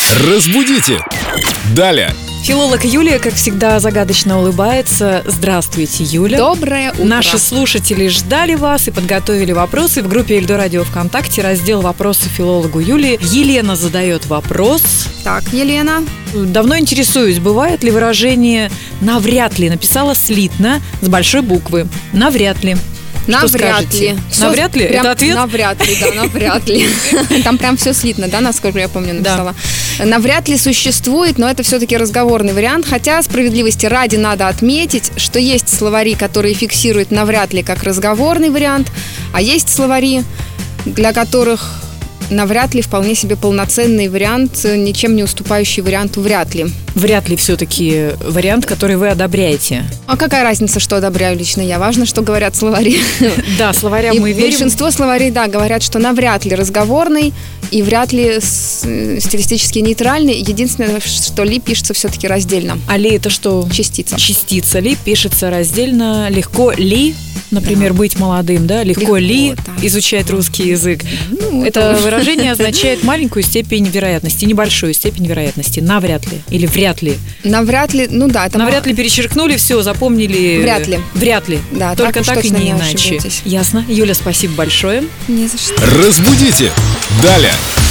Разбудите! Далее! Филолог Юлия, как всегда, загадочно улыбается. Здравствуйте, Юля. Доброе утро. Наши слушатели ждали вас и подготовили вопросы. В группе Эльдо Радио ВКонтакте раздел «Вопросы филологу Юлии». Елена задает вопрос. Так, Елена. Давно интересуюсь, бывает ли выражение «навряд ли»? Написала слитно с большой буквы. Навряд ли. Навряд ли. Навряд ли? Прям Это ответ? Навряд ли, да, навряд ли. Там прям все слитно, да, насколько я помню, написала. Навряд ли существует, но это все-таки разговорный вариант. Хотя, справедливости ради, надо отметить, что есть словари, которые фиксируют навряд ли как разговорный вариант, а есть словари, для которых навряд ли вполне себе полноценный вариант, ничем не уступающий варианту вряд ли. Вряд ли все-таки вариант, который вы одобряете. А какая разница, что одобряю лично я? Важно, что говорят словари. Да, словарям мы верим. Большинство словарей, да, говорят, что навряд ли разговорный и вряд ли стилистически нейтральный. Единственное, что ли пишется все-таки раздельно. А ли это что? Частица. Частица ли пишется раздельно. Легко ли, например, быть молодым, да? Легко ли да. изучать русский язык? Ну, Это выражение означает маленькую степень вероятности, небольшую степень вероятности. Навряд ли или вряд ли. Навряд ли, ну да. Это навряд ли перечеркнули, все, запомнили. Вряд ли. Вряд ли. Да, только так и не иначе. иначе. Ясно. Юля, спасибо большое. Не за что. Разбудите! Далее!